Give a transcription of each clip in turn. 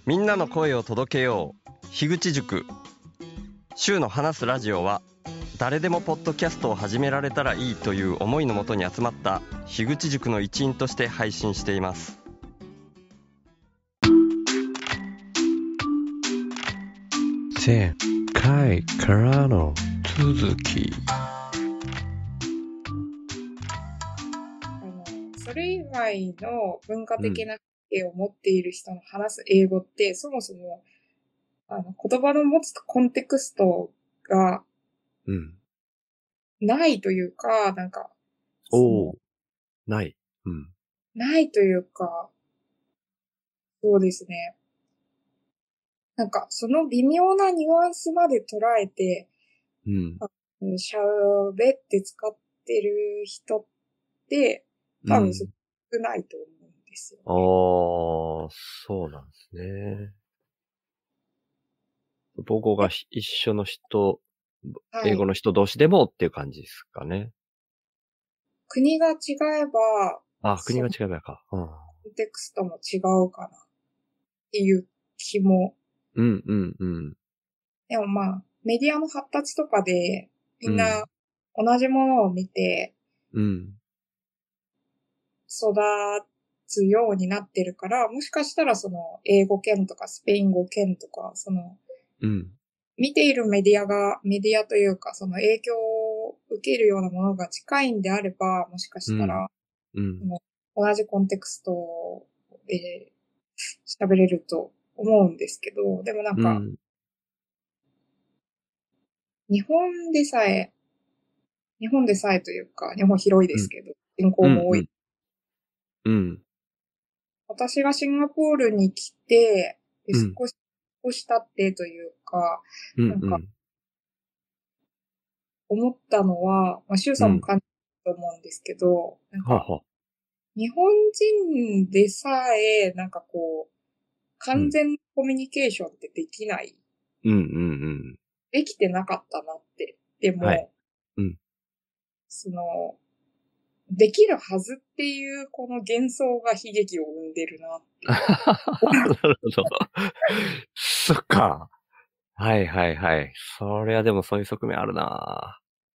みんなの声を届けよう。樋口塾。週の話すラジオは誰でもポッドキャストを始められたらいいという思いのもとに集まった樋口塾の一員として配信しています。 前回からの続き。 それ以外の文化的な背景を持っている人の話す英語って、そもそも言葉の持つコンテクストがないというか、なんか、 ない。 ないというか、そうですね。なんか、その微妙なニュアンスまで捉えて、喋って使ってる人って、多分少ないと思うんですよね。 そうなんですね。母語が一緒の人、英語の人同士でもっていう感じですかね。 国が違えば、 国が違えばか。 コンテクストも違うかなっていう気も。でもまあ、メディアの発達とかで、みんな同じものを見て、育つようになってるから、もしかしたらその英語圏とかスペイン語圏とか、その、見ているメディアというか、その影響を受けるようなものが近いんであれば、もしかしたら、同じコンテクストで喋れると思うんですけど、でもなんか、日本でさえというか、日本広いですけど、人口も多い。私がシンガポールに来て、少し経ってというか、なんか、思ったのは、まあ、シュウさんも感じたと思うんですけど、なんか、日本人でさえ、なんかこう、完全なコミュニケーションってできない。できてなかったなって。でも、その、できるはずっていうこの幻想が悲劇を生んでるなって。 なるほど。そっか。はい。そりゃでもそういう側面あるな。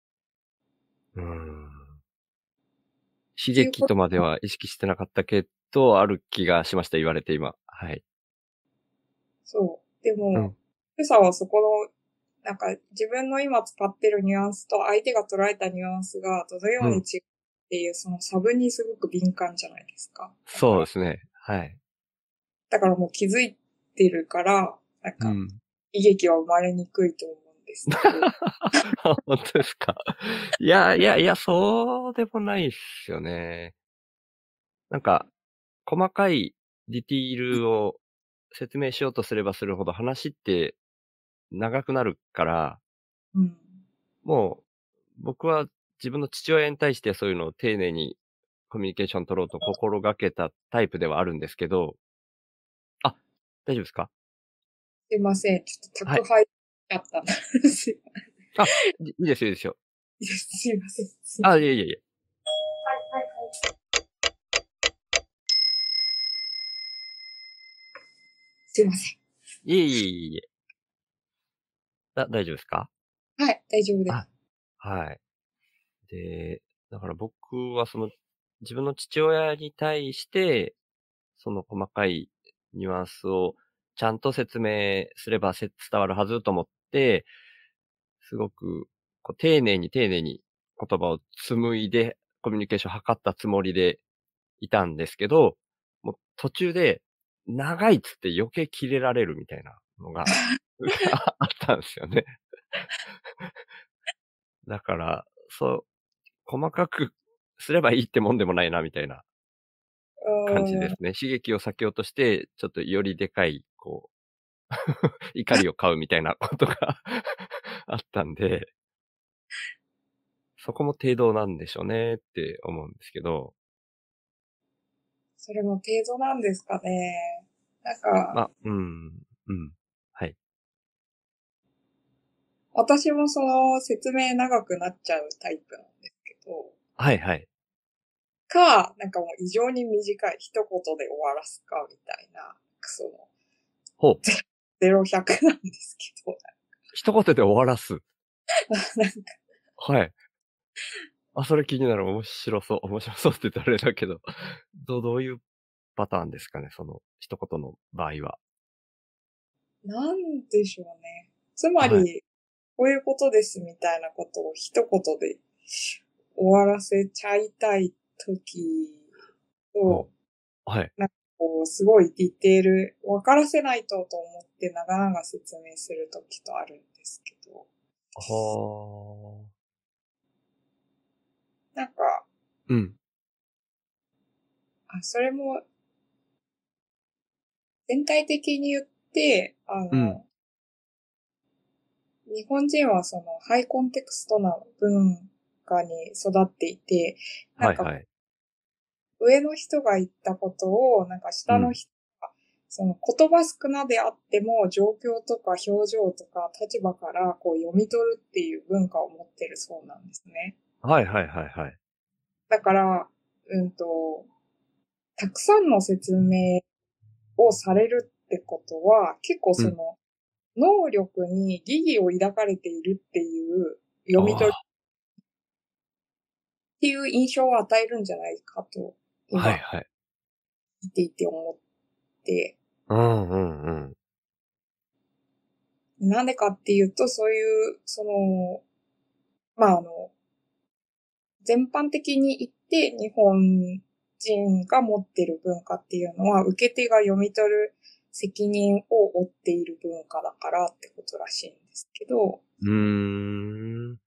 悲劇とまでは意識してなかったけど、ある気がしました、言われて今。はい。そう。 でも、ふさはそこの、なんか自分の今使ってるニュアンスと相手が捉えたニュアンスがどのように違うっていう、その差分にすごく敏感じゃないですか。 そうですね。はい。 だからもう気づいてるから、なんか、悲劇は生まれにくいと思うんですけど。 本当ですか。いや、そうでもないっすよね。なんか、細かいディティールを説明しようとすればするほど話って長くなるから、もう僕は自分の父親に対してそういうのを丁寧にコミュニケーション取ろうと心がけたタイプではあるんですけど、大丈夫ですか？ すいません。ちょっと宅配だったんです。 いいですよ。 すいません。 いえ。 はい。すいません。 いえ。大丈夫ですか？ はい、大丈夫です。 はい。で、だから僕は自分の父親に対して、その細かいニュアンスをちゃんと説明すれば伝わるはずと思って、すごく丁寧に言葉を紡いでコミュニケーションを図ったつもりでいたんですけど、もう途中で長いっつって余計切れられるみたいなのがあったんですよね。だから、細かくすればいいってもんでもないなみたいな感じですね。刺激を避けようとして、ちょっとよりでかい、怒りを買うみたいなことがあったんで、そこも程度なんでしょうねって思うんですけど。 それも程度なんですかね。なんか、 はい。 私もその説明長くなっちゃうタイプなんですけど。 はい。 なんかもう異常に短い一言で終わらすかみたいな、 ほう。 0100なんですけど。 一言で終わらす。 なんかはい。それ気になる。面白そう。面白そうって言ったらあれだけど。どういうパターンですかね、その、一言の場合は。 なんでしょうね。つまはい。 り、こういうことですみたいなことを一言で終わらせちゃいたいときと、 はい。 なんかこう、すごいディテール、分からせないと思って長々説明するときとあるんですけど、 はあ。 なんか、 うん。 それも全体的に言って、 うん。 日本人はそのハイコンテクストな文化に育っていて、なんかはいはい。 上の人が言ったことを、なんかうん。 下の人が、その言葉少なであっても状況とか表情とか立場からこう読み取るっていう文化を持ってるそうなんですね。 はいはいはいはい。 だから、うんと、たくさんの説明をされるってことは、結構うん。 その能力に疑義を抱かれているっていう読み取りあっていう印象を与えるんじゃないかと、 あ。はい今、 はい。 聞いていて思って、 うんうんうん。 なんでかっていうと、そういう、その、まあ、全般的に言って、日本人が持ってる文化っていうのは、受け手が読み取る責任を負っている文化だからってことらしいんですけど、 うーん。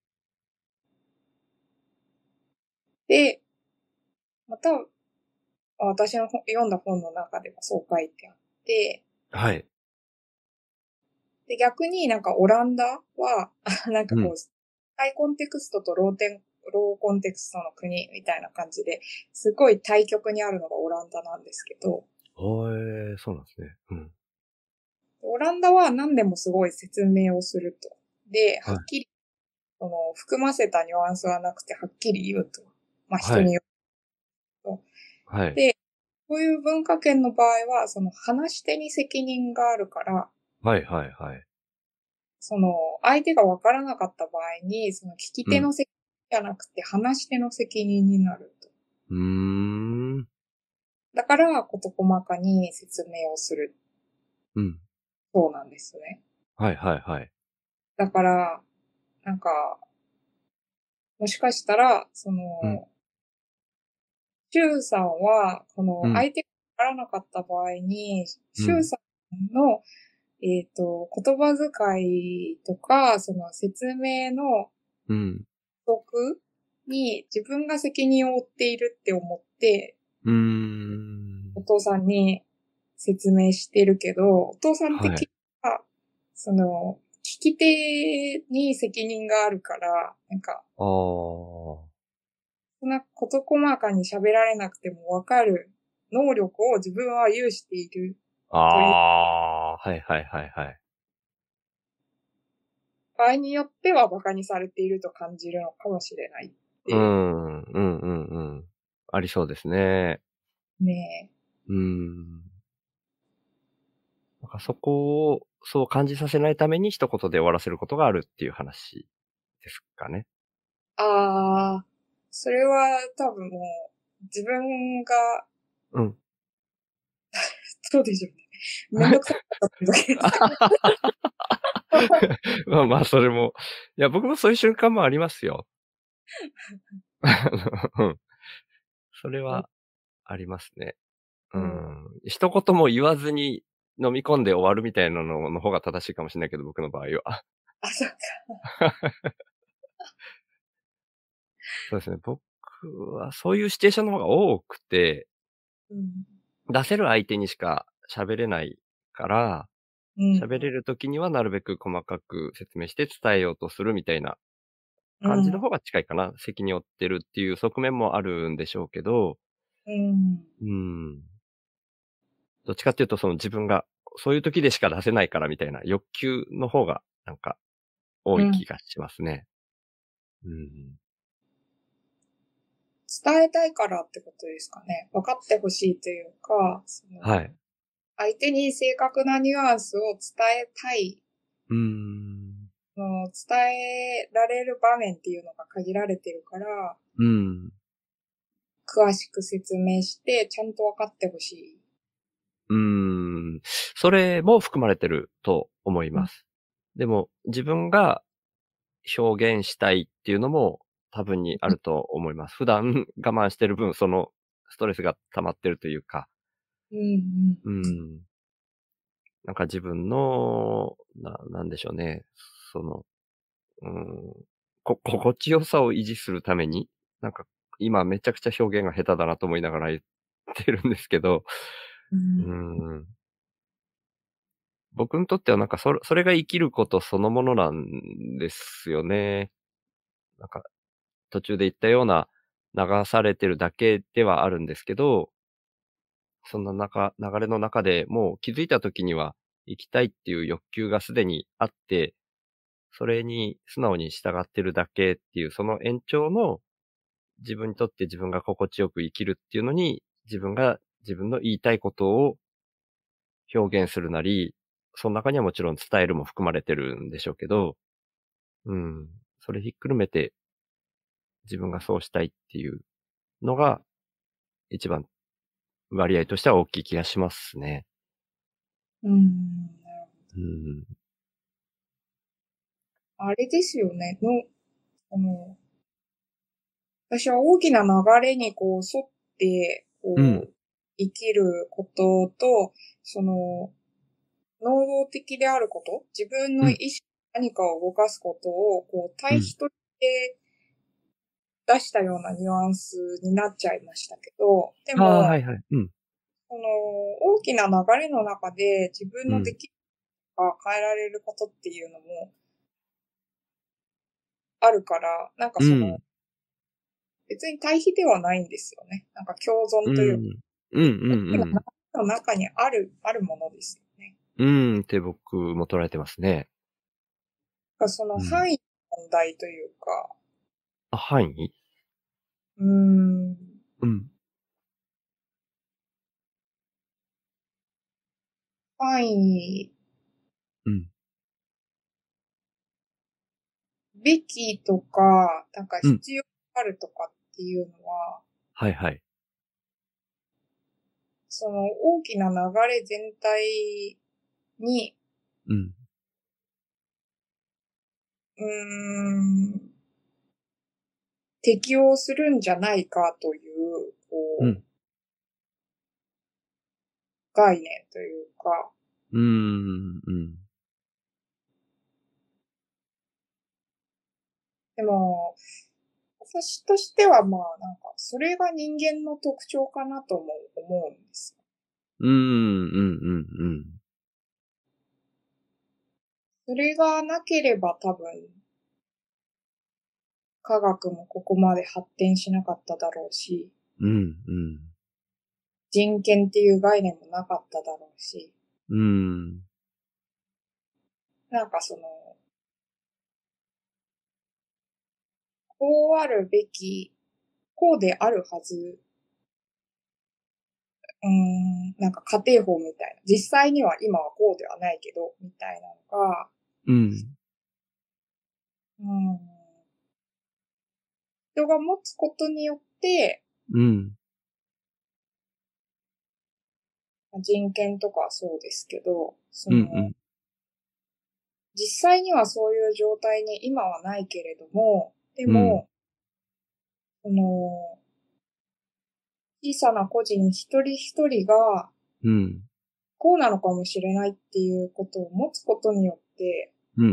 で、また、私の読んだ本の中でもそう書いてあって、 はい。 で、逆になんかオランダは、なんかうん。 こう、ハイコンテクストとローコンテクストの国みたいな感じで、すごい対極にあるのがオランダなんですけど、 そうなんですね。うん。 オランダは何でもすごい説明をすると。で、ははい。 っきり、含ませたニュアンスはなくてはっきり言うと。まあはい。 人によると。 はい。 で、こういう文化圏の場合は、その話し手に責任があるから、 はいはいはい。 その、相手が分からなかった場合に、その聞きうん。 手の責任じゃなくて話し手の責任になると。 うーん。 だから、事細かに説明をする。 うん。 そうなんですね。 はいはいはい。 だから、なんか、もしかしたら、 うん。 シュウさんは、このうん。 相手が分からなかった場合に、 うん。 シュウさんの、言葉遣いとか、その説明のうん。 僕に自分が責任を負っているって思って、 うーん。 お父さんに説明してるけど、お父さん的にはい。 は、その、聞き手に責任があるから、なんか、 ああ。 そんな事細かに喋られなくてもわかる能力を自分は有しているあというあ。はいはいはいはい。 場合によっては馬鹿にされていると感じるのかもしれないっうて、 ん。うんうんうん。ありそうですね。 ね。 うーん。なんかそこを、そう感じさせないために一言で終わらせることがあるっていう話ですかね。 ああ、それは多分もう、自分が、 うん。 そうでしょうね。めんどくさかった時ですか？ まあまあ、それも、いや、僕もそういう瞬間もありますよ。うん。それはありますね。ううん。 ん。一言も言わずに飲み込んで終わるみたいなの方が正しいかもしれないけど、僕の場合は。 あ、そうか。 そうですね。僕はそういうシチュエーションの方が多くて、 うん。 出せる相手にしか喋れないから、 うん。 喋れる時にはなるべく細かく説明して伝えようとするみたいなうん。 感じの方が近いかな。責任を負ってるっていう側面もあるんでしょうけど、 うん。 うーん。どっちかっていうとその自分がそういう時でしか出せないからみたいな欲求の方がなんか多うん。 い気がしますね。うん。 伝えたいからってことですかね。分かってほしいというか、 はい。 相手に正確なニュアンスを伝えたい、伝えられる場面っていうのが限られてるから、詳しく説明して、ちゃんと分かってほしい。 それも含まれてると思います。でも、自分が表現したいっていうのも多分にあると思います。普段我慢してる分、そのストレスが溜まってるというか。なんか自分の、なんでしょうね。その、心地よさを維持するために、なんか今めちゃくちゃ表現が下手だなと思いながら言ってるんですけど、僕にとってはなんかそれが生きることそのものなんですよね。なんか途中で言ったような流されてるだけではあるんですけど、そんな流れの中でもう気づいた時には行きたいっていう欲求がすでにあって、それに素直に従ってるだけっていう、その延長の自分にとって自分が心地よく生きるっていうのに、自分が自分の言いたいことを表現するなり、その中にはもちろん伝えるも含まれてるんでしょうけど、それひっくるめて自分がそうしたいっていうのが一番割合としては大きい気がしますね。 なるほど。あれですよね。私は大きな流れにこう沿って、生きることと、能動的であること、自分の意思、何かを動かすことを、対比として出したようなニュアンスになっちゃいましたけど、でも、大きな流れの中で自分のできるか変えられることっていうのもあるから、なんか別に対比ではないんですよね。なんか共存というか、大きな流れの中にあるものですよね。 って僕も捉えてますね。 その範囲の問題というか。 範囲？ 範囲、べきとか、なんか必要あるとかっていうのは、その大きな流れ全体に、適応するんじゃないかという、概念というか、でも、私としてはまあなんか、それが人間の特徴かなとも思うんですよ。それがなければ多分、科学もここまで発展しなかっただろうし、人権っていう概念もなかっただろうし、なんかこうあるべき、こうであるはず、なんか家庭法みたいな。実際には今はこうではないけど、みたいなのが、人が持つことによって、人権とかはそうですけど、実際にはそういう状態に今はないけれども、でも、小さな個人一人一人が、こうなのかもしれないっていうことを持つことによって、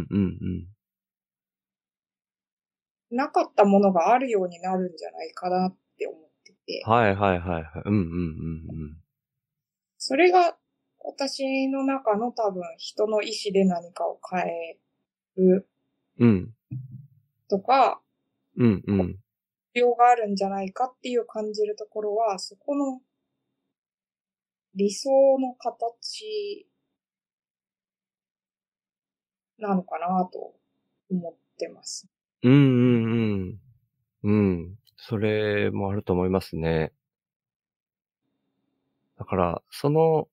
なかったものがあるようになるんじゃないかなって思ってて。それが私の中の多分人の意志で何かを変えるとか、必要があるんじゃないかっていう感じるところは、そこの理想の形なのかなと思ってます。 それもあると思いますね。だから、その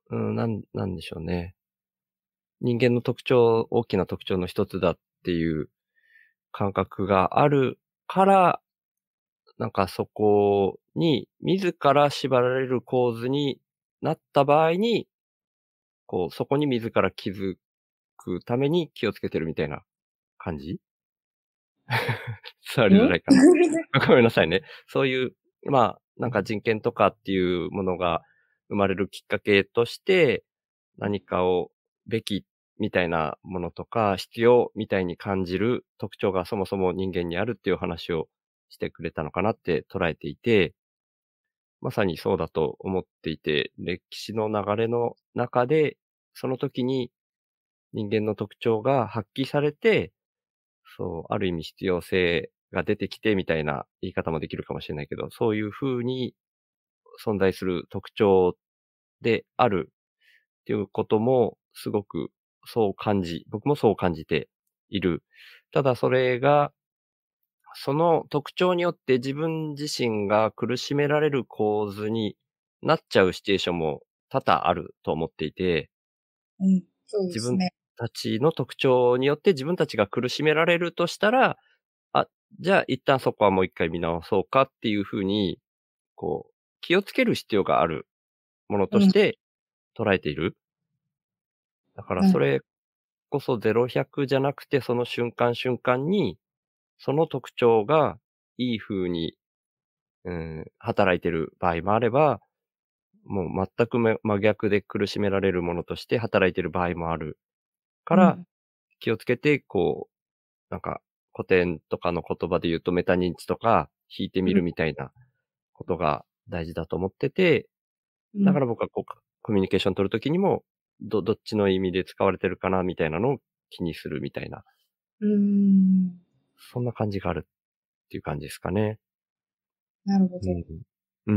なんでしょうね。人間の特徴、大きな特徴の一つだっていう感覚があるから、なんかそこに自ら縛られる構図になった場合に、こう、そこに自ら気づくために気をつけてるみたいな感じ伝わりづらいかな。ごめんなさいね。そういう、なんか人権とかっていうものが生まれるきっかけとして、何かをべきみたいなものとか、必要みたいに感じる特徴がそもそも人間にあるっていう話をしてくれたのかなって捉えていて、まさにそうだと思っていて、歴史の流れの中で、その時に人間の特徴が発揮されて、そう、ある意味必要性が出てきてみたいな言い方もできるかもしれないけど、そういう風に存在する特徴であるっていうこともすごく僕もそう感じている。ただそれが、その特徴によって自分自身が苦しめられる構図になっちゃうシチュエーションも多々あると思っていて、 うん、そうで自分すね。 たちの特徴によって自分たちが苦しめられるとしたら、あ、じゃあ一旦そこはもう一回見直そうかっていう風に、こう、気をつける必要があるものとうん、 して捉えている。だからなるそれこそ0、100じゃなくて、その瞬間瞬間に、その特徴がいい風に、働いてる場合もあれば、もう全く真逆で苦しめられるものとして働いてる場合もあるから、 うん、 気をつけて、こう、なんか、古典とかの言葉で言うとメタ認知とか、弾いてみうん、 るみたいなことが大事だと思ってて、 うん、 だから僕はこう、コミュニケーション取るときにも、どっちの意味で使われてるかなみたいなのを気にするみたいな、 うーん、 そんな感じがあるっていう感じですかね。 なるほど。 うん。うん。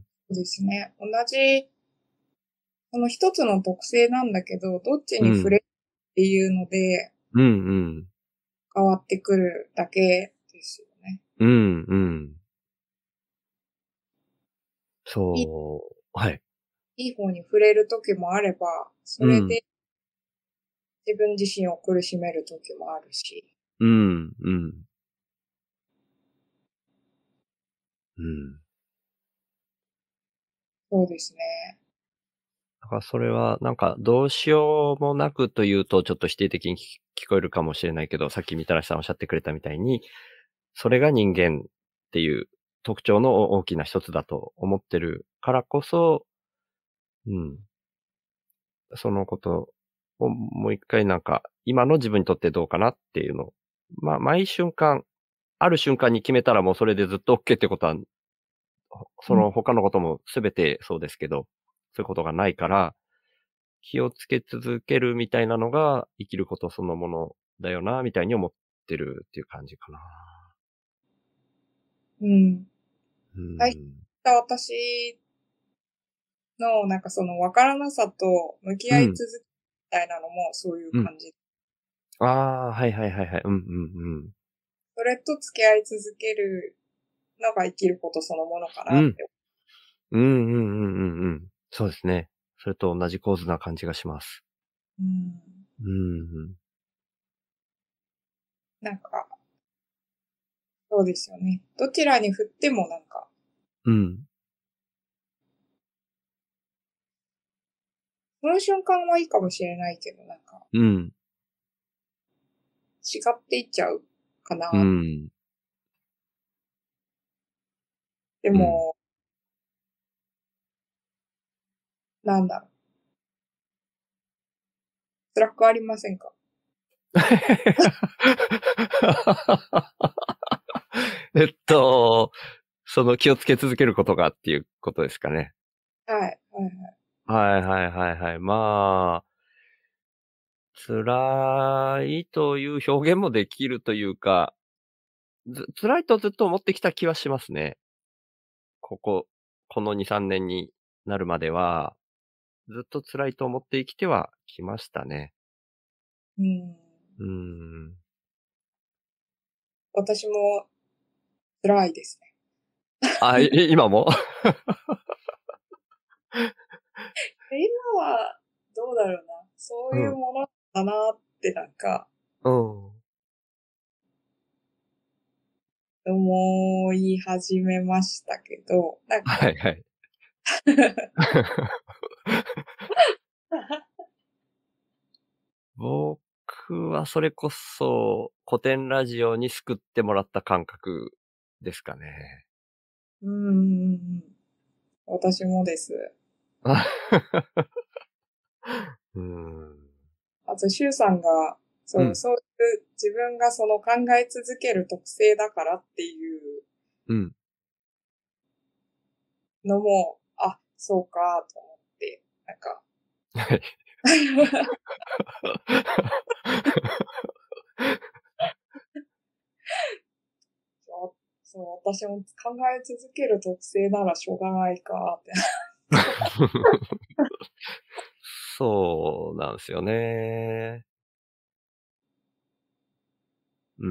そうですね。同じ、その一つの特性なんだけど、どっちうん。 に触れるっていうのでうんうん。 変わってくるだけですよね。 うんうん。 いい、 そう。はい。 いい方に触れる時もあれば、そうん。 れで自分自身を苦しめる時もあるし。 うん。うん。うん。 そうですね。 だからそれは、なんか、どうしようもなくというと、ちょっと否定的に聞こえるかもしれないけど、さっきみたらしさんおっしゃってくれたみたいに、それが人間っていう特徴の大きな一つだと思ってるからこそ、うん、そのことをもう一回なんか、今の自分にとってどうかなっていうのを、毎瞬間、ある瞬間に決めたらもうそれでずっと OK ってことは、そうん、 の他のこともすべてそうですけど、そういうことがないから、気をつけ続けるみたいなのが生きることそのものだよな、みたいに思ってるっていう感じかな。 うん。 う最初ん。 は私の、なんかその分からなさと向きうん。 合い続けみたいなのもそういううん。 感じ。 ああ、はいはいはいはい。うんうんうん。 それと付き合い続けるのが生きることそのものかうん。 なって。 うんうんうんうんうん。そうですね。それと同じ構図な感じがします。 うん。 うん。 なんか、そうですよね。どちらに振ってもなんか、 うん。 その瞬間はいいかもしれないけど、なんか、 うん。 違っていっちゃうかうな。 ん。うん。 でも、なんだろう。辛くありませんか？ えっと、その気をつけ続けることがっていうことですかね。 はい、はい、はい。 はいはいはいはい。辛いという表現もできるというか、辛いとずっと思ってきた気はしますね。この2、3年になるまでは、ずっと辛いと思って生きてはきましたね。 うん。 うーん。 私も辛いですね。 今も今は、どうだろうな。そういうものだなってなんか、 うん。 思い始めましたけど、なんか、 はいはい。僕はそれこそ古典ラジオに救ってもらった感覚ですかね。 私もです。 うん。 あと、シュウさんが、 うん。 そういう自分がその考え続ける特性だからっていううん。 のも、あ、そうか、と思って、なんか、 はい。 そうそう、私も考え続ける特性ならしょうがないか、って。 そうなんですよね。うん。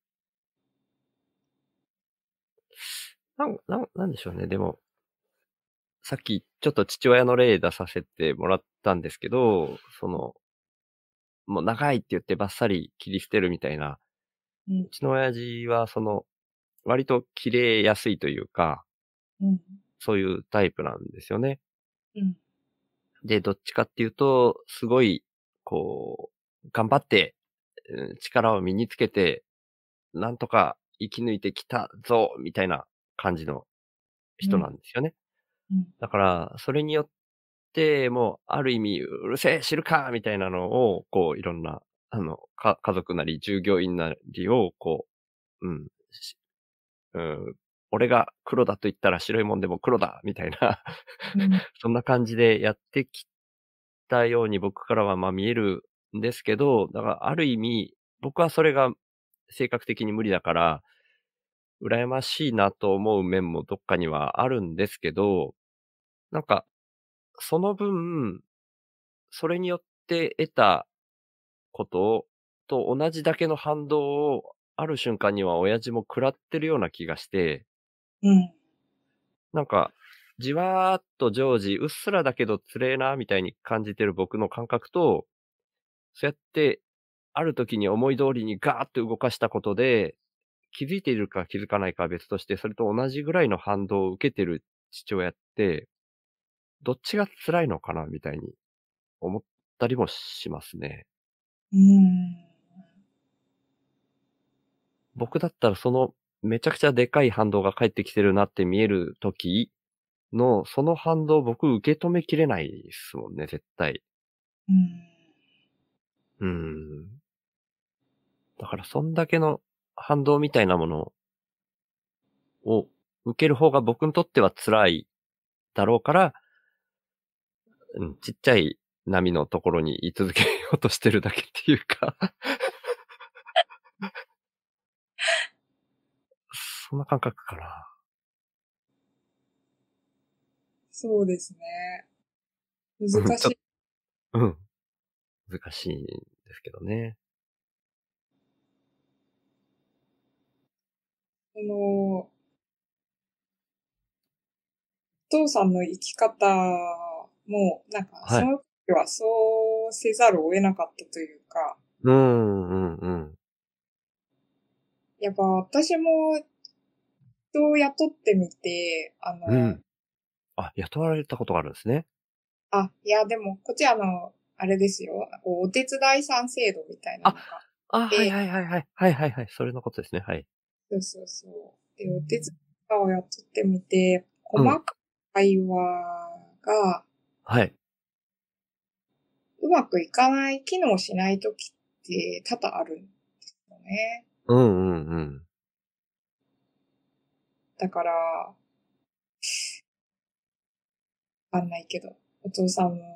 なんでしょうね。でも、さっきちょっと父親の例出させてもらったんですけど、もう長いって言ってバッサリ切り捨てるみたいな、 うん、 うちの親父は割と切れやすいというか、 うん、 そういうタイプなんですよね。 うん、 で、どっちかっていうと、すごい、頑張って、力を身につけて、なんとか生き抜いてきたぞ、みたいな感じの人なうん、 んですよね。 うん、 だから、それによって、もう、ある意味、うるせえ、知るかみたいなのを、いろんな、家族なり、従業員なりを、うん、うん、俺が黒だと言ったら白いもんでも黒だ、みたいなうん、 そんな感じでやってきたように僕からは見えるんですけど、だからある意味、僕はそれが性格的に無理だから、羨ましいなと思う面もどっかにはあるんですけど、なんか、その分、それによって得たことと同じだけの反動を、ある瞬間には親父も食らってるような気がして、 うん、 なんか、じわーっと常時、うっすらだけどつれえな、みたいに感じてる僕の感覚と、そうやって、ある時に思い通りにガーッと動かしたことで、気づいているか気づかないかは別として、それと同じぐらいの反動を受けてる父親って、どっちが辛いのかなみたいに思ったりもしますね。 うん、 僕だったらめちゃくちゃでかい反動が返ってきてるなって見える時の、その反動僕受け止めきれないですもんね、絶対。 うん、 うーん。だからそんだけの反動みたいなものを受ける方が僕にとっては辛いだろうから、うん、ちっちゃい波のところに居続けようとしてるだけっていうかそんな感覚かな。 そうですね。 うん、 難しい。 うん、難しいんですけどね。 その、お父さんの生き方も、なんか、 はい。 その時はそうせざるを得なかったというか、 うん、うん、うん。 やっぱ私も人を雇ってみて、 うん。あ、雇われたことがあるんですね。 いや、でも、こっちあれですよ、こうお手伝いさん制度みたいなあ、 のがあっはいて、 はいはいはい。はいはいはい。それのことですね。はい。 そうそうそう。で、お手伝いを雇ってみて、細うん。 かい会話がはい。 うまくいかない、機能しない時って多々あるんですよね。 うんうんうん。 だから、わかんないけど、お父さんも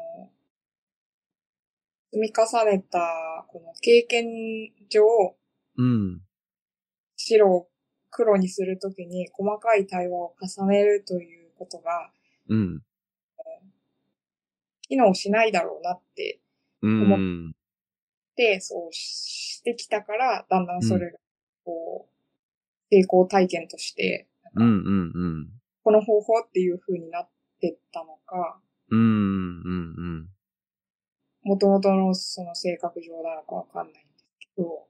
積み重ねた、この経験上、 うん。 白を黒にするときに細かい対話を重ねるということが、 うん。 機能しないだろうなってうー思っん。 て、そうしてきたから、だんだんうん。 それが、こ成功体験として、なんか、 うんうんうん。 この方法っていう風になってったのか、 もともとのその性格上なのかわかんないんですけど、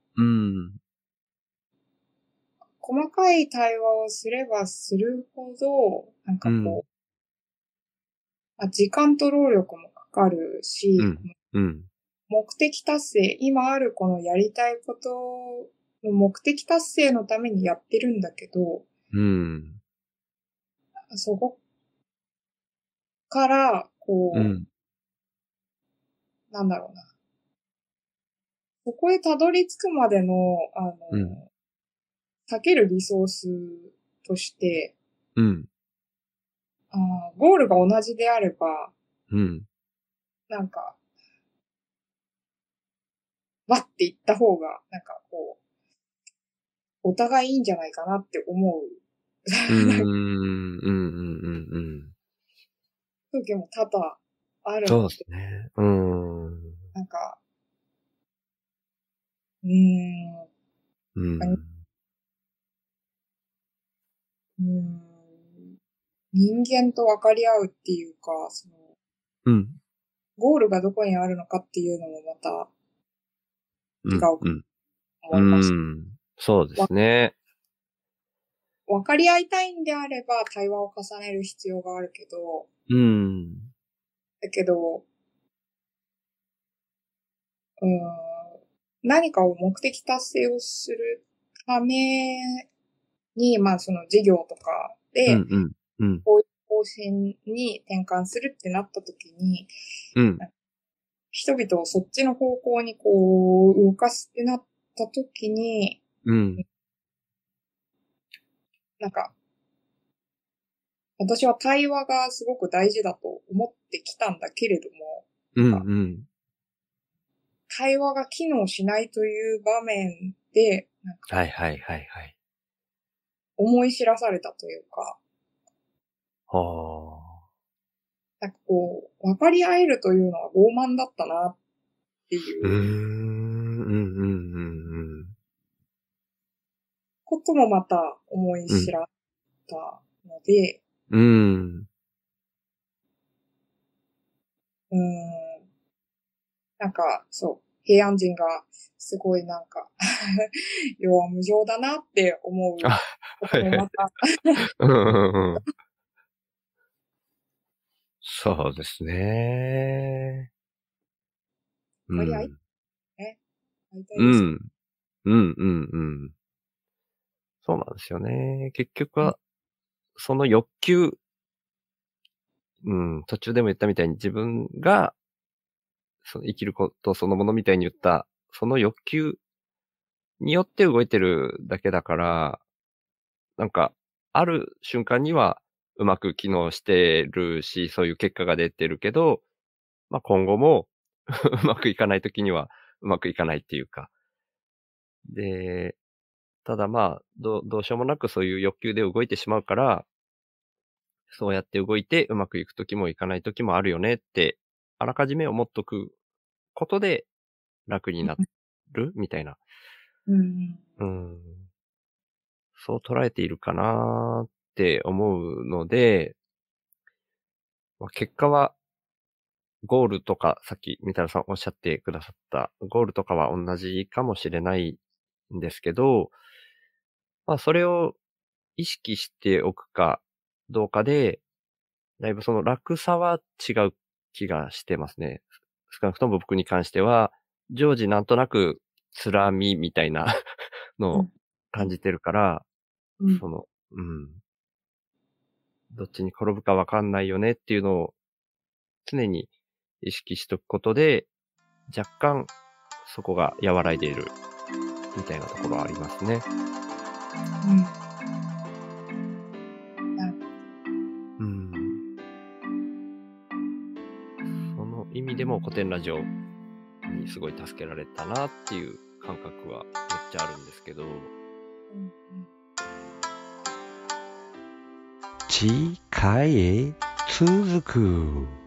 細かい対話をすればするほど、なんかこう、時間と労力もかかるし、目的達成、今あるこのやりたいことの目的達成のためにやってるんだけど、そこから、こう、なんだろうな。そこへたどり着くまでの、避けるリソースとして、ゴールが同じであれば、なんか、わって言った方が、なんかこう、お互いいいんじゃないかなって思う。時も多々あるので。 そうですね。 なんか、人間と分かり合うっていうか、その、ゴールがどこにあるのかっていうのもまた違うと思います。 そうですね。 分かり合いたいんであれば対話を重ねる必要があるけど、だけど、何かを目的達成をするために、まあその事業とかで、こういう方針に転換するってなった時に、人々をそっちの方向にこう動かすってなった時に、なんか、私は対話がすごく大事だと思ってきたんだけれども、対話が機能しないという場面で、なんか思い知らされたというか、なんかこう、分かり合えるというのは傲慢だったなっていう、こともまた思い知らったので、なんか、そう、平安人がすごいなんか弱無情だなって思うこともまたそうですね。 分かり合いね。会いたいですよ。 そうなんですよね。結局は、その欲求、途中でも言ったみたいに自分が、その生きることそのものみたいに言った、その欲求によって動いてるだけだから、なんか、ある瞬間にはうまく機能してるし、そういう結果が出てるけど、まあ、今後もうまくいかない時にはうまくいかないっていうか。で、ただまあ、どうしようもなくそういう欲求で動いてしまうから、そうやって動いてうまくいく時もいかない時もあるよねって、あらかじめ思っとくことで楽になるみたいな。そう捉えているかなって思うので、まあ、結果はゴールとか、さっき三太郎さんおっしゃってくださったゴールとかは同じかもしれないんですけど、まあそれを意識しておくかどうかで、だいぶその楽さは違う気がしてますね。少なくとも僕に関しては、常時なんとなく辛みみたいなのを感じてるから、その、どっちに転ぶかわかんないよねっていうのを常に意識しとくことで、若干そこが和らいでいるみたいなところはありますね。その意味でも古典ラジオにすごい助けられたなっていう感覚はめっちゃあるんですけど。 次回へ続く。